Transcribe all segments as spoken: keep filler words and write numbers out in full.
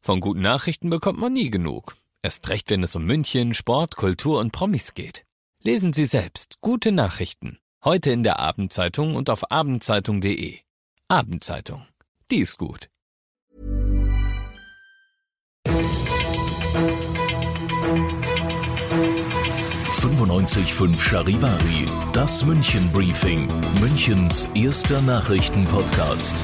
Von guten Nachrichten bekommt man nie genug. Erst recht, wenn es um München, Sport, Kultur und Promis geht. Lesen Sie selbst gute Nachrichten. Heute in der Abendzeitung und auf abendzeitung punkt de. Abendzeitung. Die ist gut. fünfundneunzig Komma fünf Charivari, das München Briefing, Münchens erster Nachrichtenpodcast.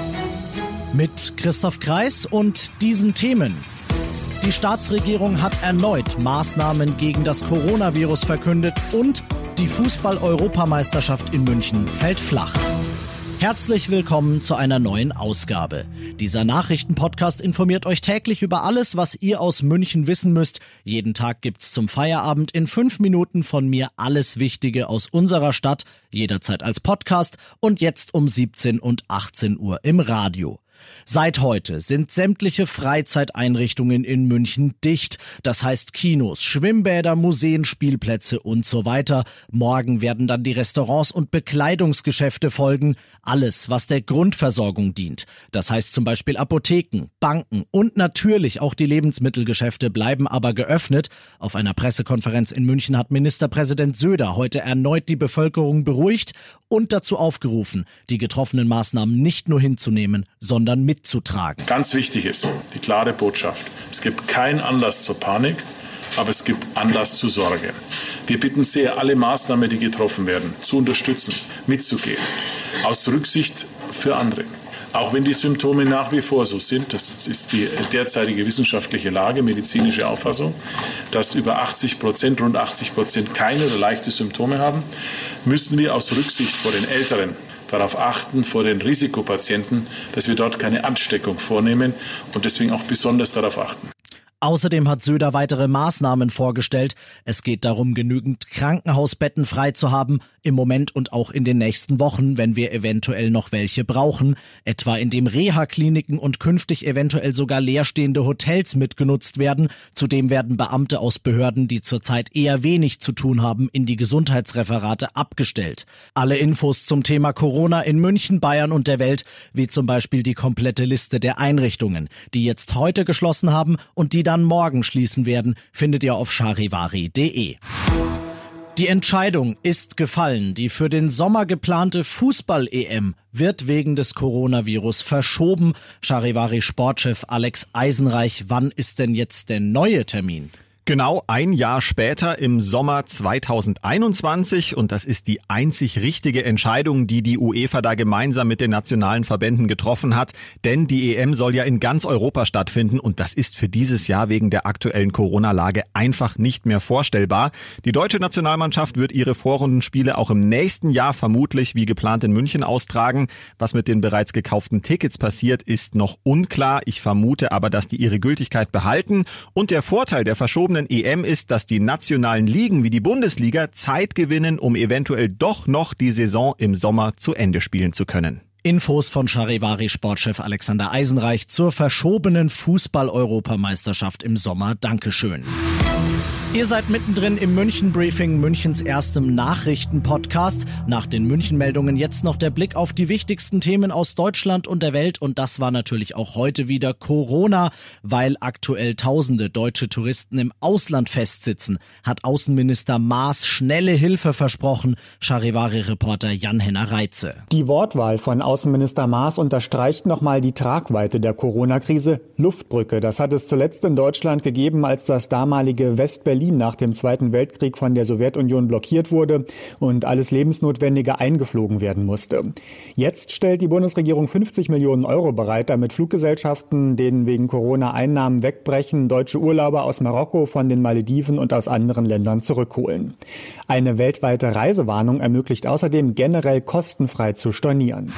Mit Christoph Kreis und diesen Themen. Die Staatsregierung hat erneut Maßnahmen gegen das Coronavirus verkündet und die Fußball-Europameisterschaft in München fällt flach. Herzlich willkommen zu einer neuen Ausgabe. Dieser Nachrichtenpodcast informiert euch täglich über alles, was ihr aus München wissen müsst. Jeden Tag gibt's zum Feierabend in fünf Minuten von mir alles Wichtige aus unserer Stadt, jederzeit als Podcast und jetzt um siebzehn und achtzehn Uhr im Radio. Seit heute sind sämtliche Freizeiteinrichtungen in München dicht. Das heißt Kinos, Schwimmbäder, Museen, Spielplätze und so weiter. Morgen werden dann die Restaurants und Bekleidungsgeschäfte folgen. Alles, was der Grundversorgung dient. Das heißt zum Beispiel Apotheken, Banken und natürlich auch die Lebensmittelgeschäfte bleiben aber geöffnet. Auf einer Pressekonferenz in München hat Ministerpräsident Söder heute erneut die Bevölkerung beruhigt und dazu aufgerufen, die getroffenen Maßnahmen nicht nur hinzunehmen, sondern mitzutragen. Ganz wichtig ist die klare Botschaft. Es gibt keinen Anlass zur Panik, aber es gibt Anlass zur Sorge. Wir bitten sehr, alle Maßnahmen, die getroffen werden, zu unterstützen, mitzugehen. Aus Rücksicht für andere. Auch wenn die Symptome nach wie vor so sind, das ist die derzeitige wissenschaftliche Lage, medizinische Auffassung, dass über achtzig Prozent, rund achtzig Prozent keine oder leichte Symptome haben, müssen wir aus Rücksicht vor den Älteren darauf achten, vor den Risikopatienten, dass wir dort keine Ansteckung vornehmen und deswegen auch besonders darauf achten. Außerdem hat Söder weitere Maßnahmen vorgestellt. Es geht darum, genügend Krankenhausbetten frei zu haben, im Moment und auch in den nächsten Wochen, wenn wir eventuell noch welche brauchen. Etwa indem Reha-Kliniken und künftig eventuell sogar leerstehende Hotels mitgenutzt werden. Zudem werden Beamte aus Behörden, die zurzeit eher wenig zu tun haben, in die Gesundheitsreferate abgestellt. Alle Infos zum Thema Corona in München, Bayern und der Welt, wie zum Beispiel die komplette Liste der Einrichtungen, die jetzt heute geschlossen haben und die dann morgen schließen werden, findet ihr auf charivari punkt de. Die Entscheidung ist gefallen. Die für den Sommer geplante Fußball-E M wird wegen des Coronavirus verschoben. Charivari-Sportchef Alex Eisenreich, wann ist denn jetzt der neue Termin? Genau ein Jahr später im Sommer zweitausendeinundzwanzig und das ist die einzig richtige Entscheidung, die die UEFA da gemeinsam mit den nationalen Verbänden getroffen hat, denn die E M soll ja in ganz Europa stattfinden und das ist für dieses Jahr wegen der aktuellen Corona-Lage einfach nicht mehr vorstellbar. Die deutsche Nationalmannschaft wird ihre Vorrundenspiele auch im nächsten Jahr vermutlich wie geplant in München austragen. Was mit den bereits gekauften Tickets passiert, ist noch unklar. Ich vermute aber, dass die ihre Gültigkeit behalten und der Vorteil der verschobenen E M ist, dass die nationalen Ligen wie die Bundesliga Zeit gewinnen, um eventuell doch noch die Saison im Sommer zu Ende spielen zu können. Infos von Charivari-Sportchef Alexander Eisenreich zur verschobenen Fußball-Europameisterschaft im Sommer. Dankeschön. Ihr seid mittendrin im München-Briefing, Münchens erstem Nachrichten-Podcast. Nach den München-Meldungen jetzt noch der Blick auf die wichtigsten Themen aus Deutschland und der Welt. Und das war natürlich auch heute wieder Corona. Weil aktuell tausende deutsche Touristen im Ausland festsitzen, hat Außenminister Maas schnelle Hilfe versprochen. Charivari-Reporter Jan-Henner Reitze. Die Wortwahl von Außenminister Maas unterstreicht nochmal die Tragweite der Corona-Krise. Luftbrücke, das hat es zuletzt in Deutschland gegeben, als das damalige West-Berlin nach dem Zweiten Weltkrieg von der Sowjetunion blockiert wurde und alles Lebensnotwendige eingeflogen werden musste. Jetzt stellt die Bundesregierung fünfzig Millionen Euro bereit, damit Fluggesellschaften, denen wegen Corona Einnahmen wegbrechen, deutsche Urlauber aus Marokko, von den Malediven und aus anderen Ländern zurückholen. Eine weltweite Reisewarnung ermöglicht außerdem generell kostenfrei zu stornieren.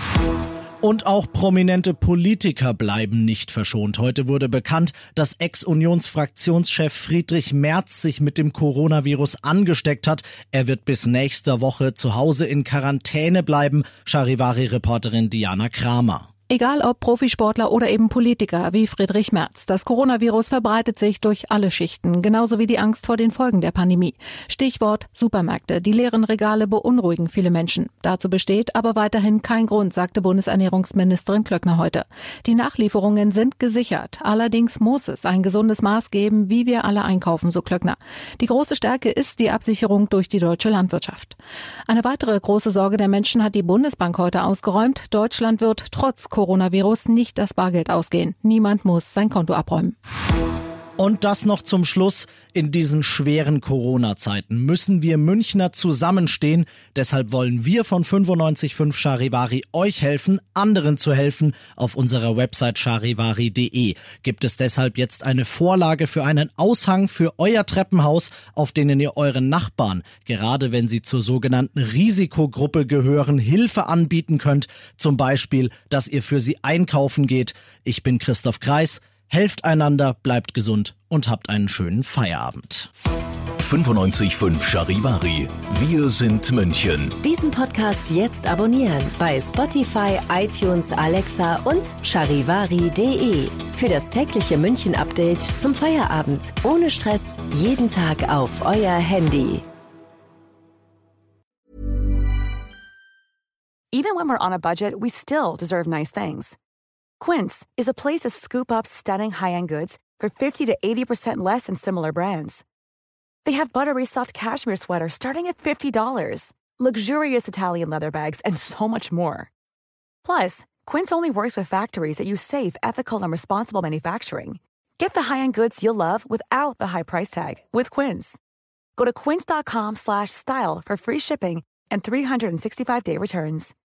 Und auch prominente Politiker bleiben nicht verschont. Heute wurde bekannt, dass Ex-Unionsfraktionschef Friedrich Merz sich mit dem Coronavirus angesteckt hat. Er wird bis nächste Woche zu Hause in Quarantäne bleiben. Charivari-Reporterin Diana Kramer. Egal ob Profisportler oder eben Politiker wie Friedrich Merz, das Coronavirus verbreitet sich durch alle Schichten, genauso wie die Angst vor den Folgen der Pandemie. Stichwort Supermärkte. Die leeren Regale beunruhigen viele Menschen. Dazu besteht aber weiterhin kein Grund, sagte Bundesernährungsministerin Klöckner heute. Die Nachlieferungen sind gesichert. Allerdings muss es ein gesundes Maß geben, wie wir alle einkaufen, so Klöckner. Die große Stärke ist die Absicherung durch die deutsche Landwirtschaft. Eine weitere große Sorge der Menschen hat die Bundesbank heute ausgeräumt. Deutschland wird trotz Coronavirus nicht das Bargeld ausgehen. Niemand muss sein Konto abräumen. Und das noch zum Schluss. In diesen schweren Corona-Zeiten müssen wir Münchner zusammenstehen. Deshalb wollen wir von fünfundneunzig Komma fünf Charivari euch helfen, anderen zu helfen. Auf unserer Website charivari punkt de gibt es deshalb jetzt eine Vorlage für einen Aushang für euer Treppenhaus, auf denen ihr euren Nachbarn, gerade wenn sie zur sogenannten Risikogruppe gehören, Hilfe anbieten könnt. Zum Beispiel, dass ihr für sie einkaufen geht. Ich bin Christoph Kreis. Helft einander, bleibt gesund und habt einen schönen Feierabend. fünfundneunzig Komma fünf Charivari. Wir sind München. Diesen Podcast jetzt abonnieren bei Spotify, iTunes, Alexa und charivari punkt de. Für das tägliche München-Update zum Feierabend. Ohne Stress, jeden Tag auf euer Handy. Even when we're on a budget, we still deserve nice things. Quince is a place to scoop up stunning high-end goods for fifty to eighty percent less than similar brands. They have buttery soft cashmere sweaters starting at fifty dollars, luxurious Italian leather bags, and so much more. Plus, Quince only works with factories that use safe, ethical, and responsible manufacturing. Get the high-end goods you'll love without the high price tag with Quince. Go to quince dot com slash style for free shipping and three sixty-five day returns.